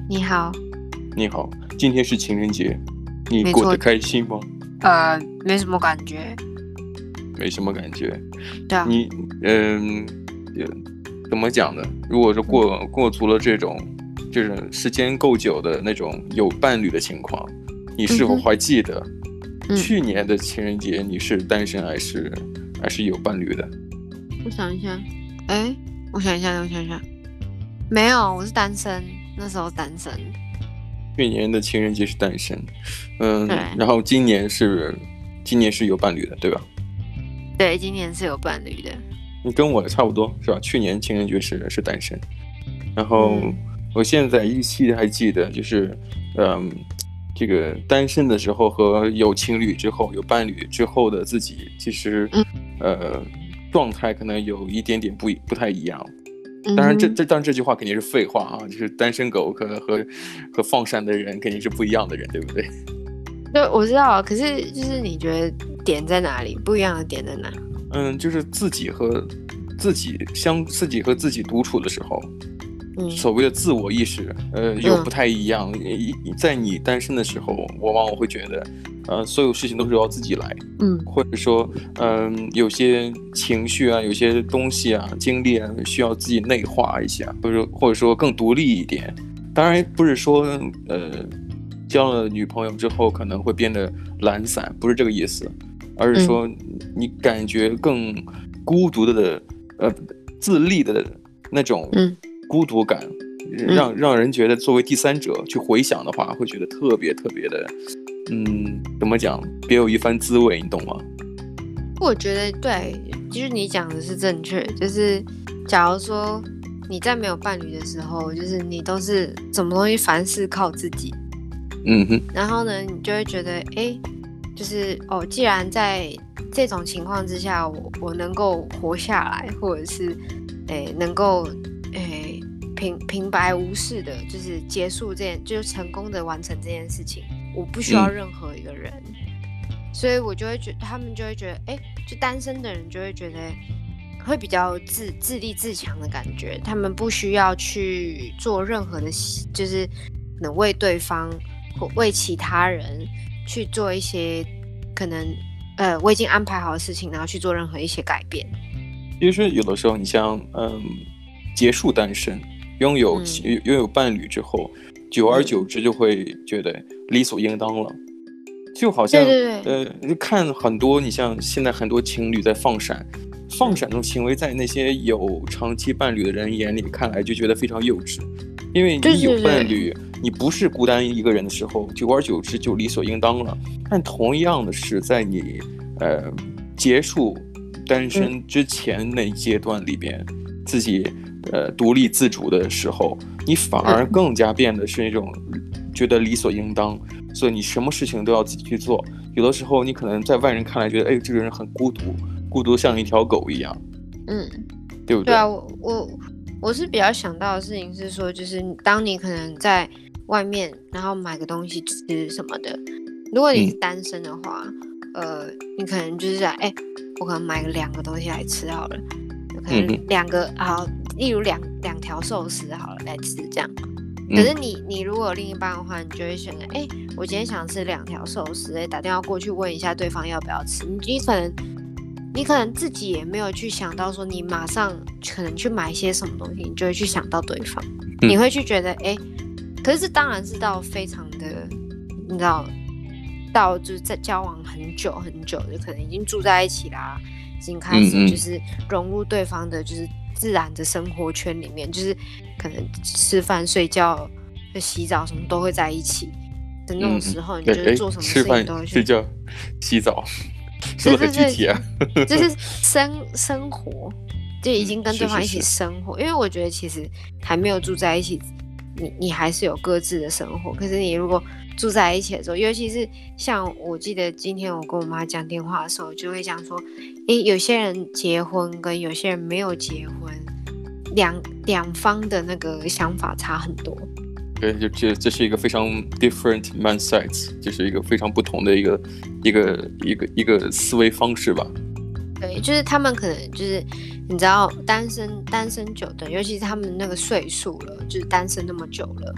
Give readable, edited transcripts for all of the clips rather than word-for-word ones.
你好。 你好，今天是情人节，你没错。 过得开心吗？ 没什么感觉。 没什么感觉。 对啊。 你呃怎么讲呢？如果说过足了这种时间够久的那种有伴侣的情况，你是否还记得去年的情人节你是单身还是有伴侣的？ 我想一下，我想一下，没有，我是单身，那时候单身。 去年的情人节是单身， 对。 然后今年是有伴侣的，对吧？ 对，今年是有伴侣的。 你跟我差不多是吧？去年情人节是单身，然后我现在依稀还记得，就是这个单身的时候和有情侣之后、有伴侣之后的自己，其实状态可能有一点点不太一样。当然这句话肯定是废话啊，就是单身狗和放闪的人肯定是不一样的人，对不对？ 对，我知道，可是就是你觉得点在哪里？不一样的点在哪？ 就是自己和自己独处的时候，所谓的自我意识，有不太一样。在你单身的时候，我往往会觉得，所有事情都是要自己来，或者说，有些情绪啊，有些东西啊，经历啊，需要自己内化一下，或者说更独立一点。当然不是说，交了女朋友之后可能会变得懒散，不是这个意思，而是说你感觉更孤独的，自立的那种孤独感，让人觉得作为第三者去回想的话，会觉得特别特别的，怎么讲，别有一番滋味，你懂吗？ 我觉得对，就是你讲的是正确，就是假如说你在没有伴侣的时候，就是你都是什么东西凡事靠自己，然后呢，你就会觉得，就是既然在这种情况之下，我能够活下来，或者是能够平白无事的，就是结束就是成功的完成这件事情，我不需要任何一个人，所以我就会觉得他们就会觉得，就单身的人就会觉得会比较自立自强的感觉，他们不需要去做任何的，就是可能为对方或为其他人去做一些可能我已经安排好的事情，然后去做任何一些改变。 其实有的时候你像结束单身，拥有伴侣之后，久而久之就会觉得理所应当了，就好像看很多，你像现在很多情侣在放闪这种行为，在那些有长期伴侣的人眼里看来就觉得非常幼稚，因为你有伴侣，你不是孤单一个人的时候，久而久之就理所应当了。但同样的是，在你结束单身之前那一阶段里边，自己独立自主的时候，你反而更加变得是那种觉得理所应当，所以你什么事情都要自己去做。有的时候你可能在外人看来觉得，这个人很孤独像一条狗一样，对不对？ 对啊，我是比较想到的事情是说，就是当你可能在外面，然后买个东西吃什么的，如果你是单身的话，你可能就是我可能买个2个东西来吃好了，可能2个好，例如两条寿司好了来吃这样。可是你如果有另一半的话，你就会选择我今天想吃2条寿司，打电话过去问一下对方要不要吃。你可能自己也没有去想到说你马上可能去买些什么东西，你就会去想到对方，你会去觉得可是当然是到非常的，你知道，到就是在交往很久很久，就可能已经住在一起啦，已经开始就是融入对方的就是自然的生活圈里面，就是可能吃饭睡觉洗澡什么都会在一起的那种时候，你就是做什么事情都会去睡觉洗澡，说得很具体啊。 就是生活就已经跟对方一起生活，因为我觉得其实还没有住在一起，你还是有各自的生活。可是你如果住在一起的时候，尤其是像我记得今天我跟我妈讲电话的时候，就会讲说，有些人结婚跟有些人没有结婚，两方的那个想法差很多。 对，这是一个非常 different mindsets， 就是一个非常不同的一个思维方式吧。 对，就是他们可能就是你知道单身久的，尤其是他们那个岁数了，就是单身那么久了，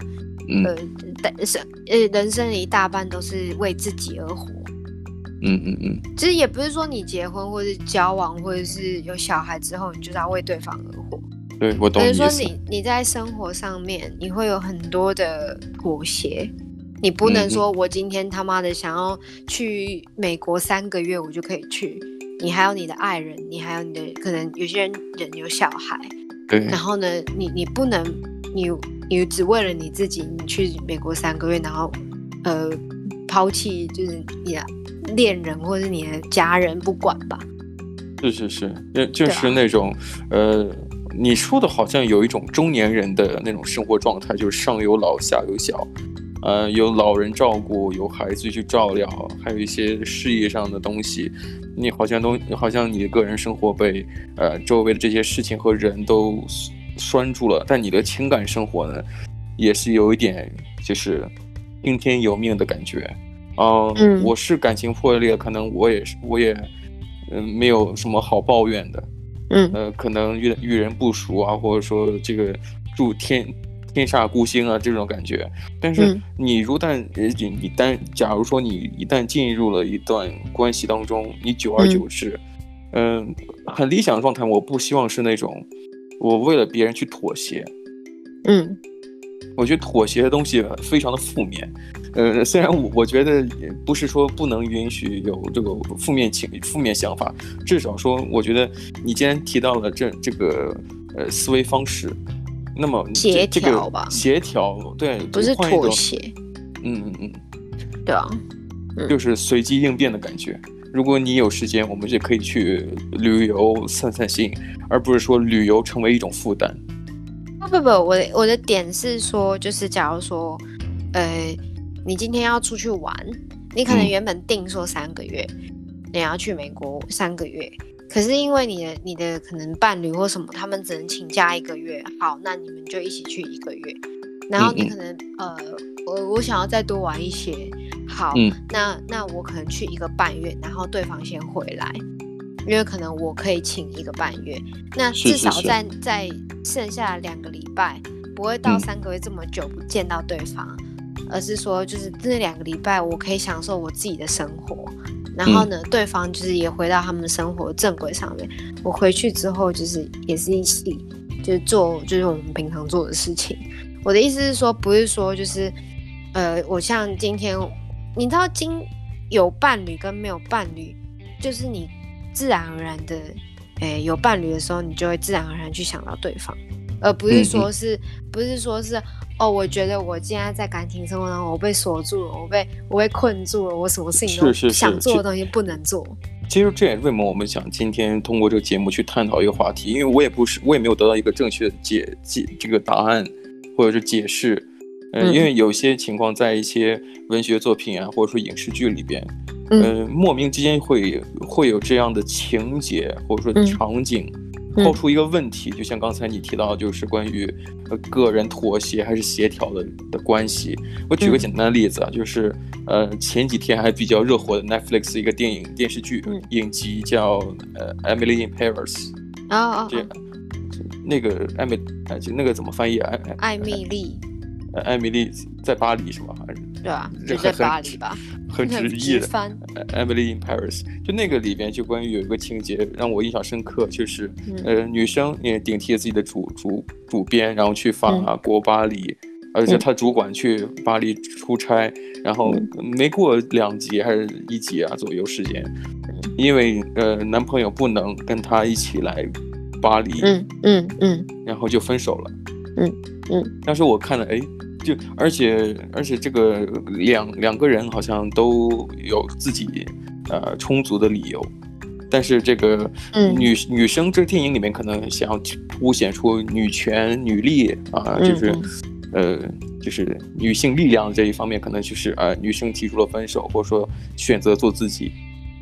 人生的一大半都是为自己而活。其实也不是说你结婚或是交往或者是有小孩之后，你就是要为对方而活。 对，我懂你意思。 等于说你在生活上面，你会有很多的妥协。你不能说我今天他妈的想要去美国3个月，我就可以去。你还有你的爱人，你还有你的可能有些人有小孩。 对。 然后呢，你不能你只为了你自己，你去美国3个月，然后抛弃就是你的恋人或者你的家人不管吧。 是，就是那种你说的好像有一种中年人的那种生活状态，就是上有老下有小，有老人照顾，有孩子去照料，还有一些事业上的东西，你好像你的个人生活被周围的这些事情和人都拴住了，但你的情感生活呢，也是有一点就是听天由命的感觉。我是感情破裂，可能我也没有什么好抱怨的。可能遇人不淑啊，或者说这个住天煞孤星啊这种感觉。但是你假如说你一旦进入了一段关系当中，你久而久之，很理想的状态，我不希望是那种我为了别人去妥协。我觉得妥协的东西非常的负面。虽然我觉得也不是说不能允许有这个负面想法，至少说我觉得你既然提到了这个思维方式，那么协调吧， 协调，对， 不是妥协。对啊， 就是随机应变的感觉。如果你有时间，我们就可以去旅游散散心，而不是说旅游成为一种负担。 不，我的点是说，就是假如说，你今天要出去玩，你可能原本定说3个月，你要去美国3个月，可是因为你的可能伴侣或什么，他们只能请假1个月，好，那你们就一起去1个月，然后你可能我想要再多玩一些，好，那我可能去1个半月，然后对方先回来。因为可能我可以请1个半月，那至少在剩下2个礼拜，不会到3个月这么久不见到对方，而是说就是这2个礼拜我可以享受我自己的生活，然后呢，对方就是也回到他们生活正轨上面。我回去之后就是也是一起就是做就是我们平常做的事情。我的意思是说，不是说就是我像今天你知道有伴侣跟没有伴侣，就是你自然而然的，有伴侣的时候，你就会自然而然去想到对方，而不是说是，我觉得我现在在感情生活当中，我被锁住了，我被困住了，我什么事情都想做的东西不能做。 其实这也是为什么我们想今天通过这个节目去探讨一个话题，因为我也没有得到一个正确的这个答案或者是解释。因为有些情况在一些文学作品啊，或者说影视剧里边，莫名之间会有这样的情节或者说场景，抛出一个问题，就像刚才你提到，就是关于个人妥协还是协调的关系。我举个简单的例子啊，就是前几天还比较热火的 Netflix 一个电视剧影集叫Emily in Paris。那个就那个怎么翻译啊？ 艾蜜莉。 艾米丽在巴黎是吗？ 对啊，就在巴黎吧， 很直译的。Emily in Paris， 就那个里边就关于有一个情节让我印象深刻，就是女生也顶替了自己的主编，然后去法国巴黎，而且她主管去巴黎出差，然后没过2集还是1集啊左右时间，因为男朋友不能跟她一起来巴黎，然后就分手了。当时我看了，就而且这个两个人好像都有自己充足的理由，但是这个女生这电影里面可能想要凸显出女权女力啊，就是女性力量这一方面，可能就是女生提出了分手，或者说选择做自己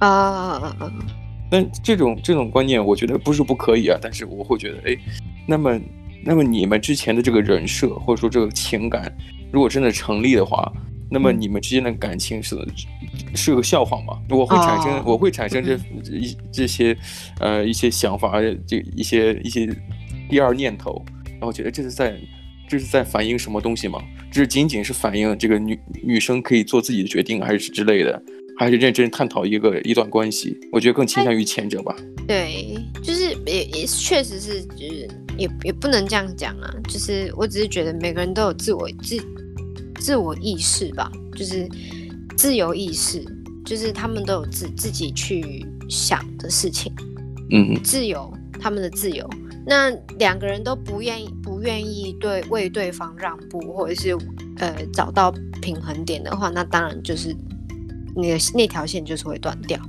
但这种观念我觉得不是不可以啊，但是我会觉得那么你们之前的这个人设或者说这个情感如果真的成立的话，那么你们之间的感情是个笑话吗？我会产生这些一些想法，这一些第二念头，然后觉得这是这是在反映什么东西吗？这是仅仅是反映这个女生可以做自己的决定，还是之类的，还是认真探讨一段关系？我觉得更倾向于前者吧。 对，就是也确实是，就是也不能这样讲啊。就是我只是觉得每个人都有自我意识吧，就是自由意识，就是他们都有自己去想的事情。自由，他们的自由。那两个人都不愿意为对方让步，或者是找到平衡点的话，那当然就是那条线就是会断掉。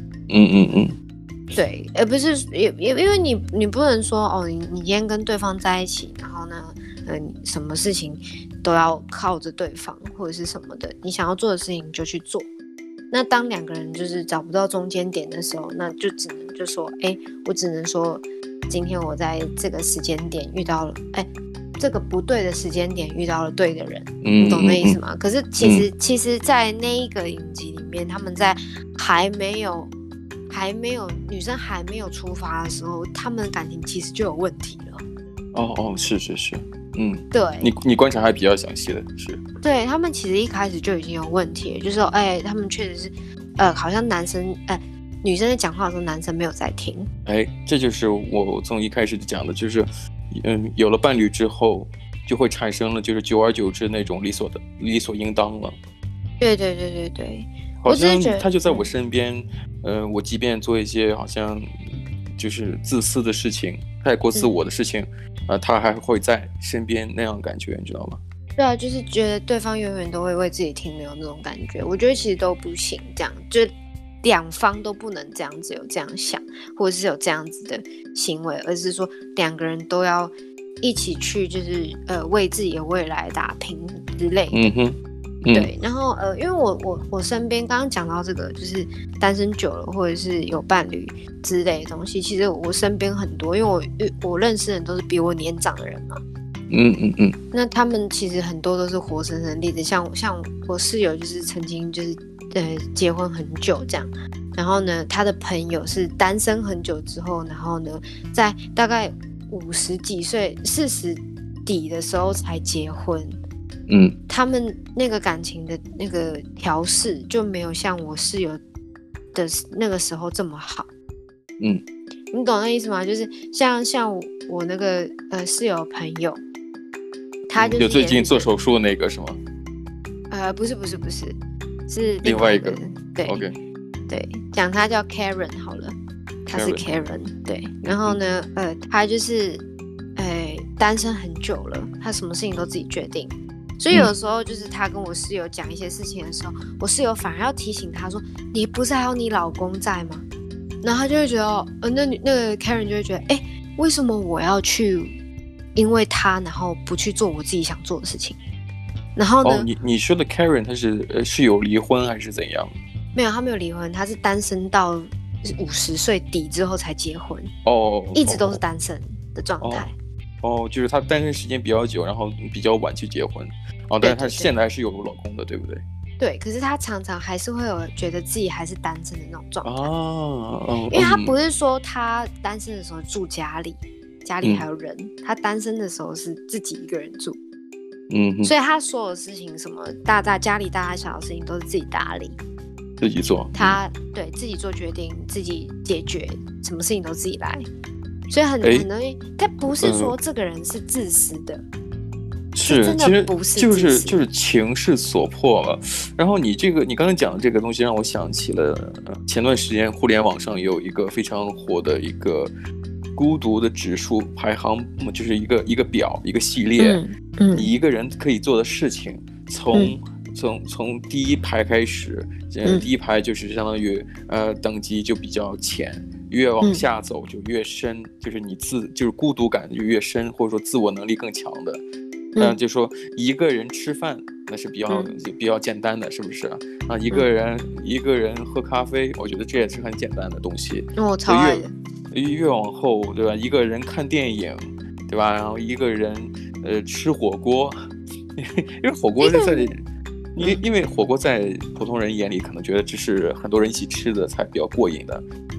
对，而不是因为你不能说哦，你今天跟对方在一起，然后呢，什么事情都要靠着对方或者是什么的，你想要做的事情就去做。那当两个人就是找不到中间点的时候，那就只能就说，我只能说，今天我在这个时间点遇到了，这个不对的时间点遇到了对的人，你懂那意思吗？可是其实，在那一个影集里面，他们在还没有女生还没有出发的时候，他们的感情其实就有问题了。 是， 对， 你观察还比较详细的是， 对，他们其实一开始就已经有问题了，就是说，他们确实是，好像女生在讲话的时候，男生没有在听。 这就是我从一开始讲的，就是，有了伴侣之后，就会产生了就是久而久之那种理所应当了。 对。 好像他就在我身边，我即便做一些好像就是自私的事情、太过自我的事情，他还会在身边那样的感觉，你知道吗？ 对啊，就是觉得对方永远都会为自己停留那种感觉，我觉得其实都不行，这样就两方都不能这样子有这样想，或者是有这样子的行为，而是说两个人都要一起去，就是为自己的未来打拼之类的。对，然后因为我身边刚刚讲到这个，就是单身久了或者是有伴侣之类的东西，其实我身边很多，因为我认识的人都是比我年长的人嘛。那他们其实很多都是活生生的例子，像我室友就是曾经就是结婚很久这样，然后呢他的朋友是单身很久之后，然后呢在大概50几岁40底的时候才结婚。他们那个感情的那个调试就没有像我室友的那个时候这么好。你懂那意思吗？就是像我那个室友朋友，他就是最近做手术那个是吗？ 不是，是另外一个。 对 ，OK， 对，讲他叫 Karen 好了，他是 Karen， 对，然后呢，他就是单身很久了，他什么事情都自己决定。所以有时候就是他跟我室友讲一些事情的时候，我室友反而要提醒他说：“你不是还有你老公在吗？”然后他就会觉得，那个 Karen 就会觉得，为什么我要去因为他，然后不去做我自己想做的事情？然后呢？ 你说的 Karen 他是有离婚还是怎样？ 没有，他没有离婚，他是单身到50岁底之后才结婚。一直都是单身的状态。 就是他单身时间比较久，然后比较晚去结婚。但是他现在还是有老公的，对不对？ 对，可是他常常还是会有觉得自己还是单身的那种状态。因为他不是说他单身的时候住家里还有人，他单身的时候是自己一个人住。所以他所有事情，什么家里大大小小的事情都是自己打理， 自己做。 他对自己做决定，自己解决，什么事情都自己来。所以很容易，他不是说这个人是自私的。 是，其实就是情势所迫了。然后你刚才讲的这个东西让我想起了前段时间互联网上有一个非常火的一个孤独的指数排行，就是一个表，一个系列。你一个人可以做的事情，从第一排开始，第一排就是相当于等级就比较浅，越往下走就越深，就是就是孤独感就越深，或者说自我能力更强的。就说一个人吃饭那是比较简单的，是不是啊？一个人喝咖啡，我觉得这也是很简单的东西。 我超爱的。 越往后，对吧？一个人看电影，对吧？然后一个人吃火锅，因为火锅因为火锅在普通人眼里可能觉得这是很多人一起吃的才比较过瘾的，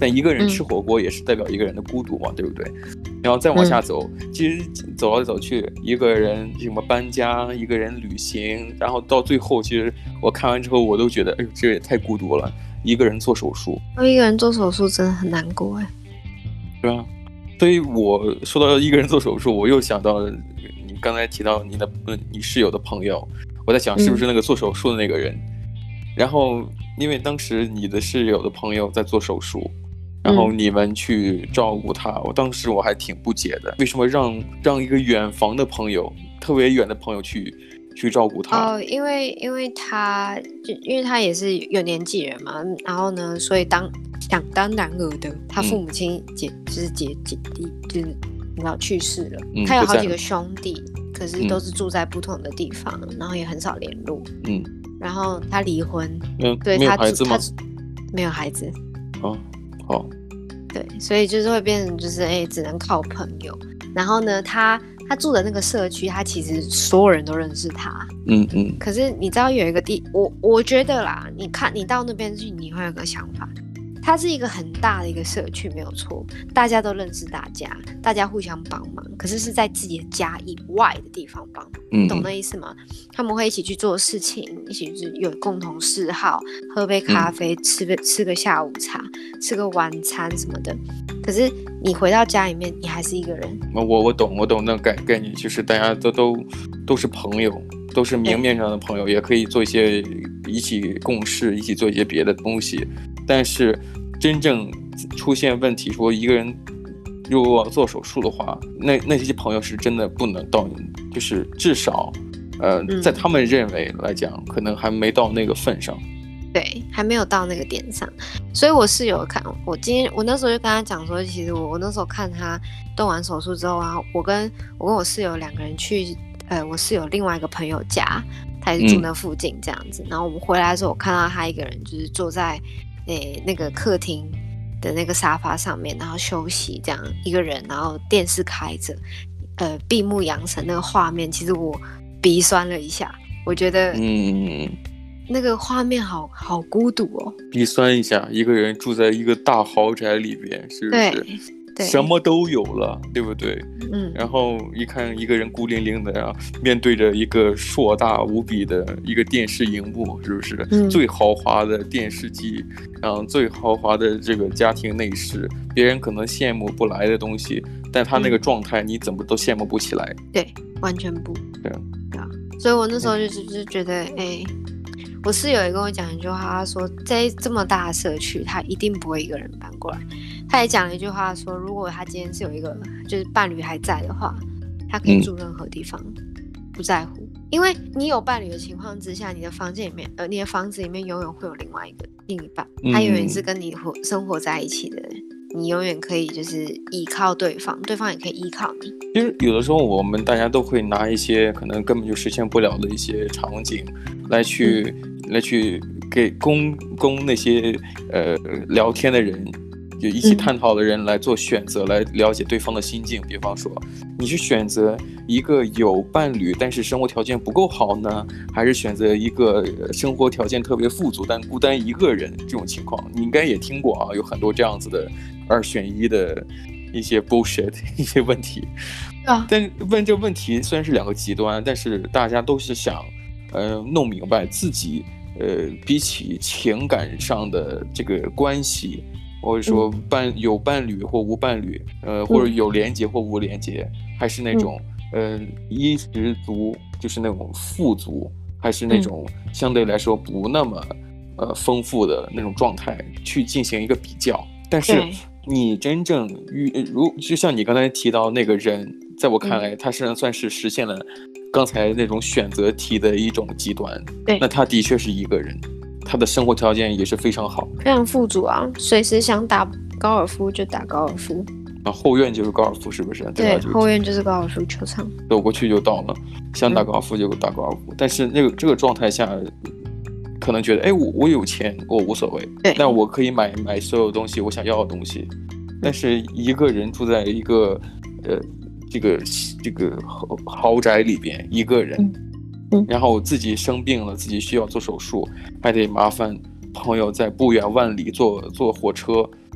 但一个人吃火锅也是代表一个人的孤独嘛，对不对？然后再往下走，其实走来走去，一个人什么搬家，一个人旅行，然后到最后，其实我看完之后，我都觉得，哎呦，这也太孤独了。一个人做手术， 一个人做手术真的很难过哎。 对啊，所以我说到一个人做手术，我又想到你刚才提到你室友的朋友，我在想是不是那个做手术的那个人。然后因为当时你的室友的朋友在做手术，然后你们去照顾他，当时我还挺不解的，为什么让一个远房的朋友，特别远的朋友去照顾他？ 因为他也是有年纪人嘛，然后呢，所以想当然尔的，他父母亲姐弟就是你知道去世了，他有好几个兄弟，可是都是住在不同的地方，然后也很少联络。然后他离婚，对， 没有孩子吗？ 没有孩子。 好。 对，所以就是会变成就是只能靠朋友。然后呢，他住的那个社区，他其实所有人都认识他。可是你知道有一个我觉得啦，你到那边去，你会有个想法。它是一个很大的一个社区，没有错，大家都认识大家互相帮忙，可是是在自己的家以外的地方帮忙，你懂那意思吗？他们会一起去做事情，一起有共同嗜好，喝杯咖啡，吃个下午茶，吃个晚餐什么的。可是你回到家里面，你还是一个人。 我懂那个概念，就是大家都是朋友，都是明面上的朋友，也可以做一些一起共事，一起做一些别的东西。但是真正出现问题，说一个人如果做手术的话，那些朋友是真的不能到，就是至少在他们认为来讲，可能还没到那个份上。 对，还没有到那个点上。所以我室友看我那时候就跟他讲说，其实我那时候看他动完手术之后啊，我跟我室友2个人去我室友另外一个朋友家，他也是住那附近这样子。然后我们回来的时候，我看到他一个人就是坐在那个客厅的那个沙发上面，然后休息这样一个人，然后电视开着，闭目养神那个画面，其实我鼻酸了一下，我觉得那个画面好孤独哦， 鼻酸一下，一个人住在一个大豪宅里边，是不是？ 对， 什么都有了，对不对？然后一看一个人孤零零的，然后面对着一个硕大无比的一个电视荧幕，是不是？最豪华的电视机，然后最豪华的这个家庭内饰，别人可能羡慕不来的东西，但他那个状态，你怎么都羡慕不起来。 对，完全不。 对啊，所以我那时候就是觉得，我室友也跟我讲一句话，他说在这么大的社区，他一定不会一个人搬过来。他也讲了一句话说，如果他今天是有一个就是伴侣还在的话，他可以住任何地方，不在乎。因为你有伴侣的情况之下，你的房子里面永远会有另一半，他永远是跟你生活在一起的人，你永远可以就是依靠对方，对方也可以依靠你。 其实有的时候我们大家都会拿一些可能根本就实现不了的一些场景来去给供那些聊天的人，就一起探讨的人来做选择，来了解对方的心境。比方说你是选择一个有伴侣但是生活条件不够好呢，还是选择一个生活条件特别富足但孤单一个人？这种情况你应该也听过啊，有很多这样子的2选1的一些 bullshit 一些问题但问这问题虽然是2个极端，但是大家都是想弄明白自己比起情感上的这个关系，或者说有伴侣或无伴侣，或者有连结或无连结，还是那种衣食足，就是那种富足，还是那种相对来说不那么丰富的那种状态去进行一个比较。但是你真正就像你刚才提到那个人，在我看来他实际上算是实现了刚才那种选择题的一种极端。 对， 那他的确是一个人，他的生活条件也是非常好， 非常富足啊，随时想打高尔夫就打高尔夫后院就是高尔夫，是不是？ 对，后院就是高尔夫球场， 走过去就到了，想打高尔夫就打高尔夫。但是这个状态下可能觉得我有钱我无所谓，那我可以买所有东西我想要的东西。但是一个人住在一个这个豪宅里边，一个人然后自己生病了，自己需要做手术，还得麻烦朋友在不远万里坐火车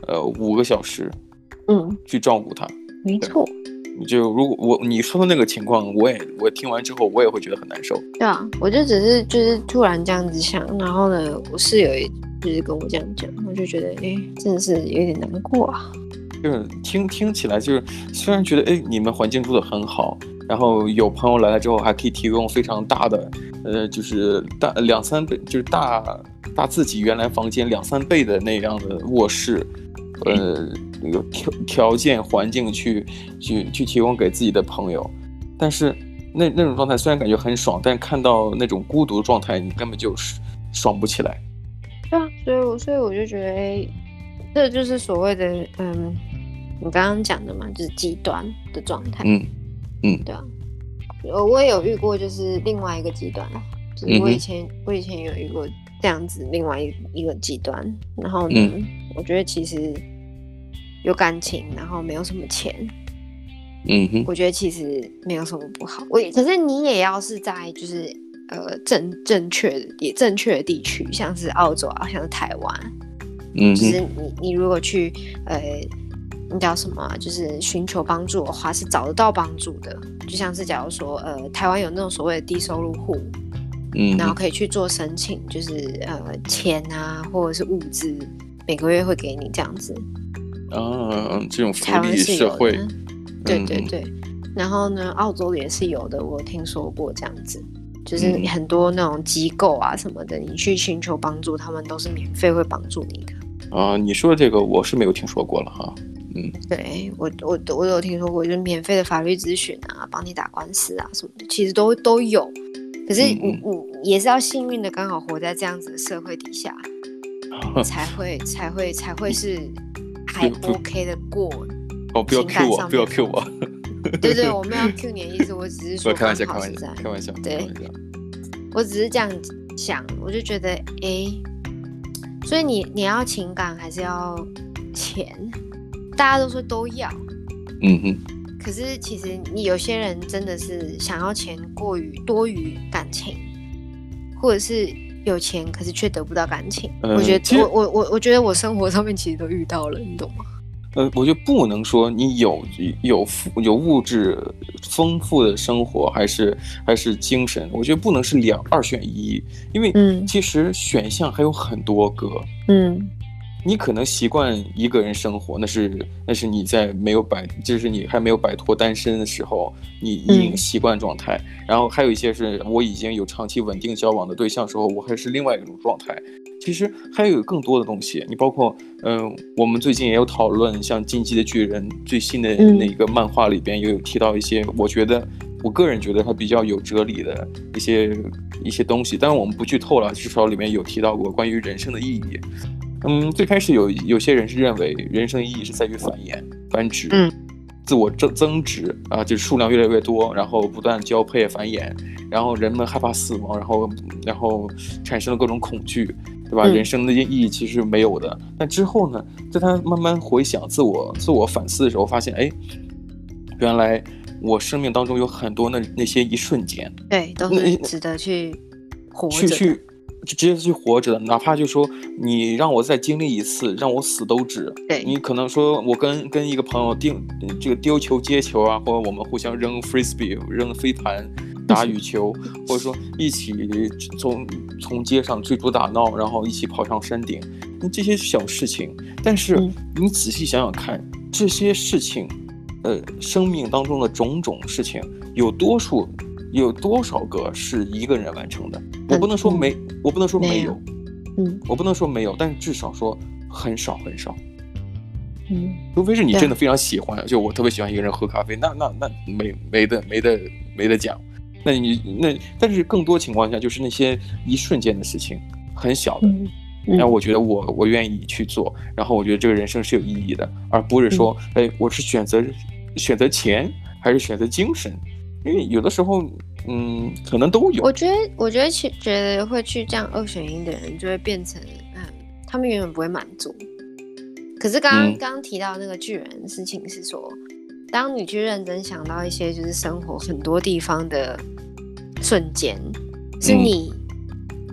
5个小时，去照顾他。 没错。 就如果你说的那个情况，我听完之后我也会觉得很难受。 对啊，我就只是就是突然这样子想，然后呢，我室友也就是跟我这样讲，我就觉得真的是有点难过啊。 就是听起来就是虽然觉得你们环境住得很好，然后有朋友来了之后还可以提供非常大的就是大2-3倍，就是大自己原来房间2-3倍的那样的卧室，那个条件环境去提供给自己的朋友，但是那种状态虽然感觉很爽，但看到那种孤独的状态，你根本就是爽不起来。 对啊，所以我就觉得这就是所谓的你刚刚讲的嘛，就是极端的状态。对啊，我也有遇过，就是另外一个极端，就是我以前有遇过这样子另外一个极端，然后呢，我觉得其实有感情，然后没有什么钱，我觉得其实没有什么不好。可是你也要是在就是正确的地区，像是澳洲啊，像是台湾，就是你如果去那叫什么啊，就是寻求帮助的话，是找得到帮助的。就像是假如说台湾有那种所谓的低收入户，然后可以去做申请，就是钱啊或者是物资，每个月会给你这样子。 这种福利社会， 对对对。然后呢，澳洲也是有的，我听说过这样子，就是很多那种机构啊什么的，你去寻求帮助，他们都是免费会帮助你的。 你说的这个我是没有听说过了哈。 对，我有听说过，就是免费的法律咨询啊，帮你打官司啊什么的，其实都有。可是你也是要幸运的，刚好活在这样子的社会底下，才会是还 OK 的过。 不要 Q 我，不要 Q 我。 对对，我没有 Q 你的意思，我只是说开玩笑。 对，我只是这样想，我就觉得所以你要情感还是要钱？大家都说都要，可是其实你有些人真的是想要钱多于感情，或者是有钱可是却得不到感情。我觉得我觉得我生活上面其实都遇到了，你懂吗？ 我觉得不能说你有物质丰富的生活还是精神，我觉得不能是2选1，因为其实选项还有很多个。你可能习惯一个人生活，那是你在就是你还没有摆脱单身的时候，你已经习惯状态。然后还有一些是我已经有长期稳定交往的对象的时候，我还是另外一种状态。其实还有更多的东西，你包括我们最近也有讨论，像《进击的巨人》最新的那个漫画里边也有提到一些，我个人觉得它比较有哲理的一些东西，当然我们不剧透了，至少里面有提到过关于人生的意义。最开始有些人是认为人生意义是在于繁殖，自我增值啊，就是数量越来越多，然后不断交配繁衍，然后人们害怕死亡，然后产生了各种恐惧，对吧？人生的意义其实没有的。但之后呢，在他慢慢回想自我反思的时候，发现原来我生命当中有很多那些一瞬间， 对，都是值得去活着的。 就直接去活着的，哪怕就说你让我再经历一次，让我死都值。 对， 你可能说我跟一个朋友丢球接球啊，或者我们互相扔 frisbee 扔飞盘打羽球，或者说一起从街上追逐打闹，然后一起跑上山顶，这些小事情。但是你仔细想想看，这些事情生命当中的种种事情有多少个是一个人完成的？我不能说没有，我不能说没有，但是至少说很少很少。除非是你真的非常喜欢，就我特别喜欢一个人喝咖啡，那没得讲。但是更多情况下就是那些一瞬间的事情，很小的。然后我觉得我愿意去做，然后我觉得这个人生是有意义的，而不是说我是选择钱还是选择精神。因为有的时候可能都有。我觉得会去这样2选1的人就会变成他们永远不会满足。可是刚刚提到那个巨人的事情是说，当你去认真想到一些就是生活很多地方的瞬间，是你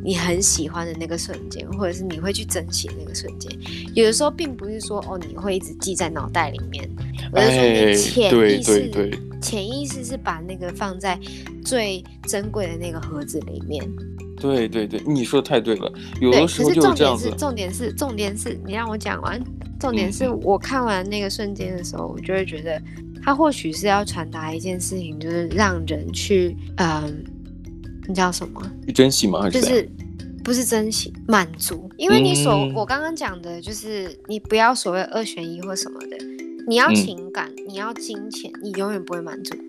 你很喜欢的那个瞬间，或者是你会去珍惜的那个瞬间。有的时候并不是说你会一直记在脑袋里面，而是说你潜意识是把那个放在最珍贵的那个盒子里面。 对对对，你说的太对了，有的时候就是这样子。 重点是你让我讲完。重点是我看完那个瞬间的时候，我就会觉得他或许是要传达一件事情，就是让人去那叫什么？ 珍惜吗？ 就是不是珍惜，满足。因为我刚刚讲的就是你不要所谓2选1或什么的，你要情感，你要金钱，你永远不会满足。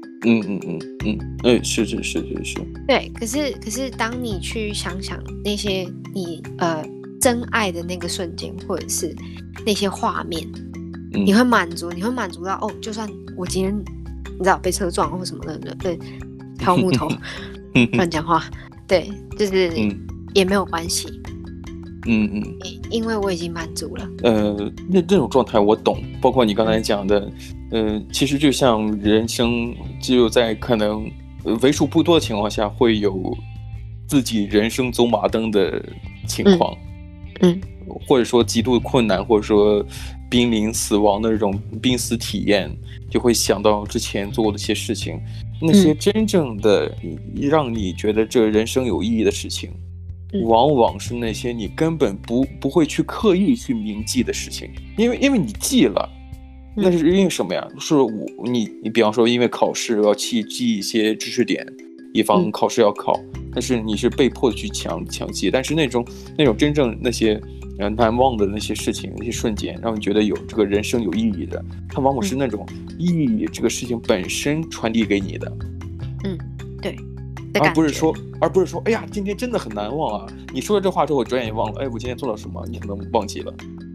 是。 对，可是当你去想想那些你真爱的那个瞬间，或者是那些画面，你会满足到就算我今天你知道被车撞或什么的，对，挑木头乱讲话，对，就是也没有关系。因为我已经满足了。 那种状态我懂，包括你刚才讲的，其实就像人生只有在可能为数不多的情况下会有自己人生走马灯的情况，或者说极度困难，或者说濒临死亡的这种濒死体验，就会想到之前做过的一些事情，那些真正的让你觉得这人生有意义的事情。往往是那些你根本不会去刻意去铭记的事情，因为你记了，那是因为什么呀？是你比方说因为考试要去记一些知识点，以防考试要考，但是你是被迫去强记，但是那种真正那些难忘的那些事情，那些瞬间，让你觉得有这个人生有意义的，它往往是那种意义这个事情本身传递给你的。 对。 而不是说，哎呀，今天真的很难忘啊！你说了这话之后，我转眼也忘了，哎，我今天做了什么？你可能忘记了。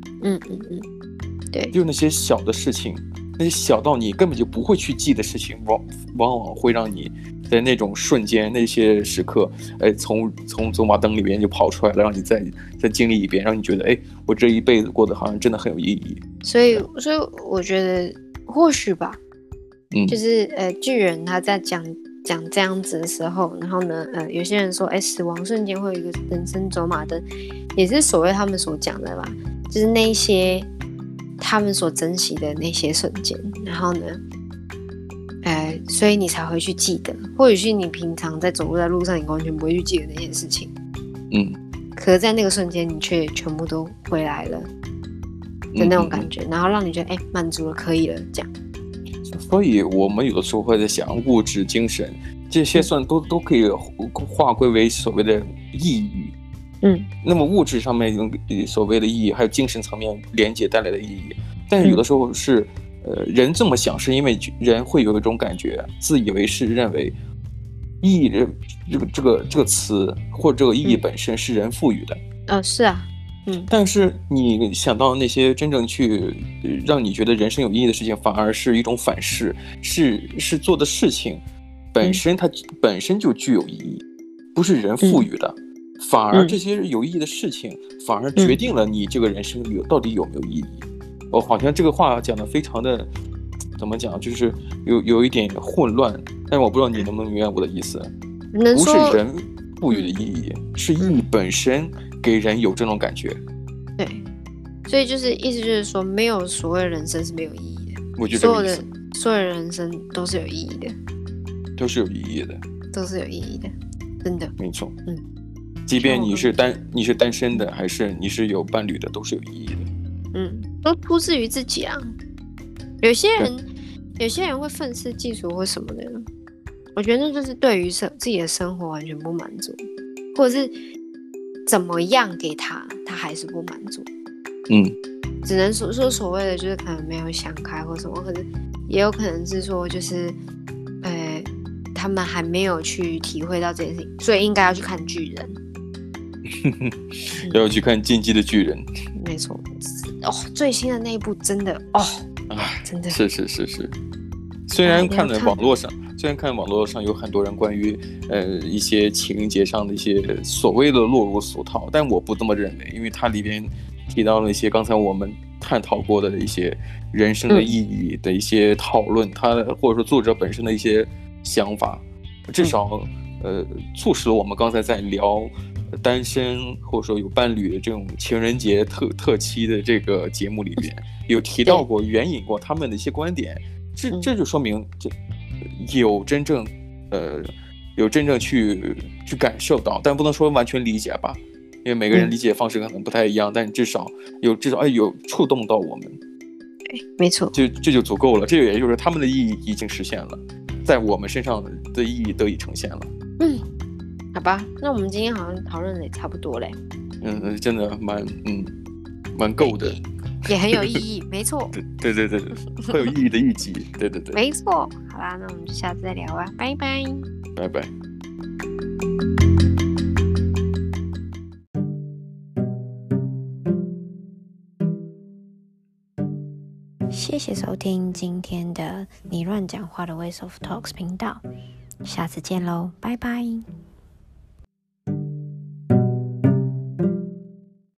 对， 就那些小的事情，那些小到你根本就不会去记的事情，往往会让你在那种瞬间、那些时刻，哎，从走马灯里边就跑出来了，让你再经历一遍，让你觉得，哎，我这一辈子过得好像真的很有意义。 所以我觉得或许吧，就是巨人他在讲这样子的时候，然后呢，有些人说，死亡瞬间会有一个人生走马灯，也是所谓他们所讲的吧，就是那一些他们所珍惜的那些瞬间，然后呢，所以你才会去记得，或者是你平常在走路在路上，你完全不会去记得那些事情，可是在那个瞬间，你却全部都回来了的那种感觉，然后让你觉得，满足了，可以了，这样。 所以我们有的时候会在想，物质、精神这些都可以划归为所谓的意义。那么物质上面所谓的意义，还有精神层面连接带来的意义。但是有的时候是，人这么想，是因为人会有一种感觉，自以为是，认为意义这个词或者这个意义本身是人赋予的。 是啊。 但是你想到那些真正去让你觉得人生有意义的事情，反而是一种反噬，是做的事情本身它本身就具有意义，不是人赋予的，反而这些有意义的事情反而决定了你这个人生到底有没有意义。我好像这个话讲的非常的怎么讲，就是有一点混乱，但是我不知道你能不能明白我的意思。不是人赋予的意义，是意义本身给人有这种感觉。 对，所以就是意思就是说，没有所谓人生是没有意义的。 我觉得所有的人生都是有意义的， 都是有意义的， 都是有意义的，真的。 没错。即便你是单身的，还是你是有伴侣的，都是有意义的。 都出自于自己啊。有些人会愤世嫉俗或什么的，我觉得那就是对于自己的生活完全不满足，或者是怎么样给他还是不满足。只能说所谓的就是可能没有想开或什么，可是也有可能是说就是他们还没有去体会到这件事情，所以应该要去看巨人。 要去看《进击的巨人》。 没错。最新的那一部真的真的是。虽然看网络上有很多人关于一些情节上的一些所谓的落入俗套，但我不这么认为，因为它里边提到了一些刚才我们探讨过的一些人生的意义的一些讨论，它或者说作者本身的一些想法，至少促使了我们刚才在聊单身或者说有伴侣的这种情人节特期的这个节目里边，有提到过、援引过他们的一些观点，这就说明有真正去感受到，但不能说完全理解吧，因为每个人理解方式可能不太一样，但至少有触动到我们。 对，没错， 这就足够了。这也就是他们的意义已经实现了，在我们身上的意义得以呈现了。 好吧，那我们今天好像讨论的也差不多嘞。 真的蛮够的， 也很有意义，没错。 对，会有意义的一集，对， 没错。好啦，那我们就下次再聊吧，拜拜。 拜拜。 谢谢收听今天的你乱讲话的 Ways of Talks 频道，下次见喽，拜拜。